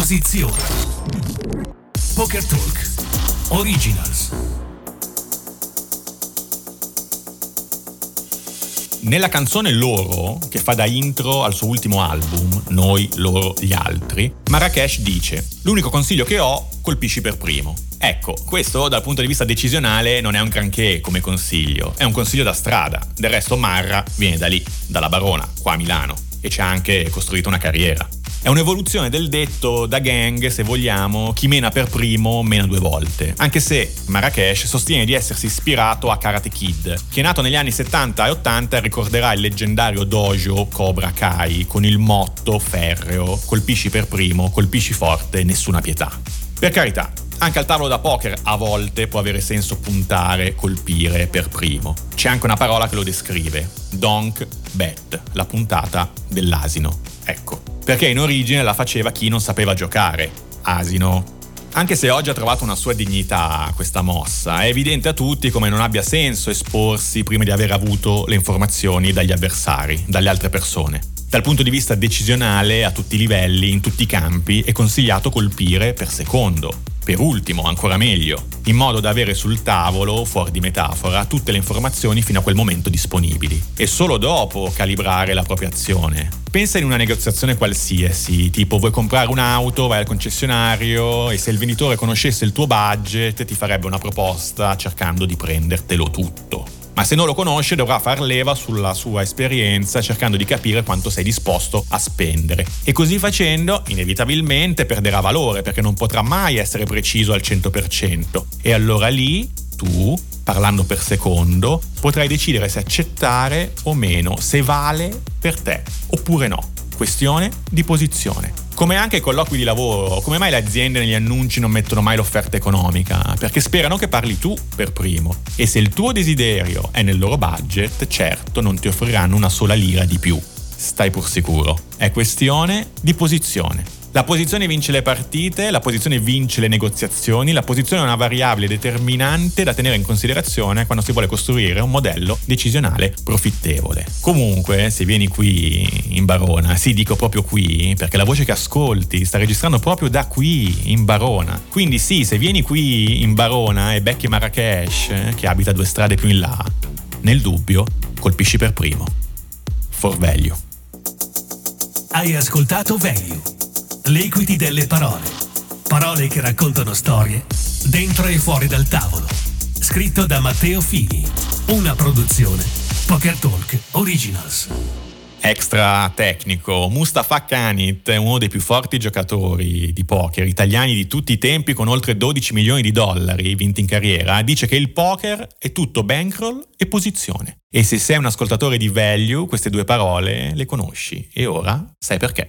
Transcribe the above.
Posizione. Poker Talk Originals. Nella canzone Loro, che fa da intro al suo ultimo album, Noi, Loro, Gli Altri, Marracash dice: l'unico consiglio che ho, colpisci per primo. Ecco, questo dal punto di vista decisionale non è un granché come consiglio, è un consiglio da strada. Del resto Marra viene da lì, dalla Barona, qua a Milano, e ci ha anche costruito una carriera. È un'evoluzione del detto da gang, se vogliamo, chi mena per primo mena due volte. Anche se Marracash sostiene di essersi ispirato a Karate Kid, che nato negli anni 70 e 80 ricorderà il leggendario dojo Cobra Kai con il motto ferreo: colpisci per primo, colpisci forte, nessuna pietà. Per carità, anche al tavolo da poker a volte può avere senso puntare, colpire per primo. C'è anche una parola che lo descrive: donk bet, la puntata dell'asino. Ecco, perché in origine la faceva chi non sapeva giocare, asino. Anche se oggi ha trovato una sua dignità questa mossa, è evidente a tutti come non abbia senso esporsi prima di aver avuto le informazioni dagli avversari, dalle altre persone. Dal punto di vista decisionale, a tutti i livelli, in tutti i campi, è consigliato colpire per secondo. Per ultimo, ancora meglio, in modo da avere sul tavolo, fuori di metafora, tutte le informazioni fino a quel momento disponibili. E solo dopo calibrare la propria azione. Pensa in una negoziazione qualsiasi, tipo vuoi comprare un'auto, vai al concessionario e se il venditore conoscesse il tuo budget ti farebbe una proposta cercando di prendertelo tutto. Ma se non lo conosce dovrà far leva sulla sua esperienza cercando di capire quanto sei disposto a spendere. E così facendo, inevitabilmente perderà valore perché non potrà mai essere preciso al 100%. E allora lì, tu, parlando per secondo, potrai decidere se accettare o meno, se vale per te oppure no. Questione di posizione. Come anche ai colloqui di lavoro, come mai le aziende negli annunci non mettono mai l'offerta economica? Perché sperano che parli tu per primo. E se il tuo desiderio è nel loro budget, certo non ti offriranno una sola lira di più. Stai pur sicuro. È questione di posizione. La posizione vince le partite, la posizione vince le negoziazioni, la posizione è una variabile determinante da tenere in considerazione quando si vuole costruire un modello decisionale profittevole. Comunque, se vieni qui in Barona, sì, dico proprio qui, perché la voce che ascolti sta registrando proprio da qui, in Barona. Quindi sì, se vieni qui in Barona e becchi Marracash, che abita 2 strade più in là, nel dubbio, colpisci per primo. For value. Hai ascoltato Value, l'equity delle parole. Parole che raccontano storie dentro e fuori dal tavolo. Scritto da Matteo Fini. Una produzione Poker Talk Originals. Extra tecnico, Mustafa Kanit è uno dei più forti giocatori di poker italiani di tutti i tempi, con oltre 12 milioni di dollari vinti in carriera. Dice che il poker è tutto bankroll e posizione. E se sei un ascoltatore di Value, queste 2 parole le conosci. E ora sai perché.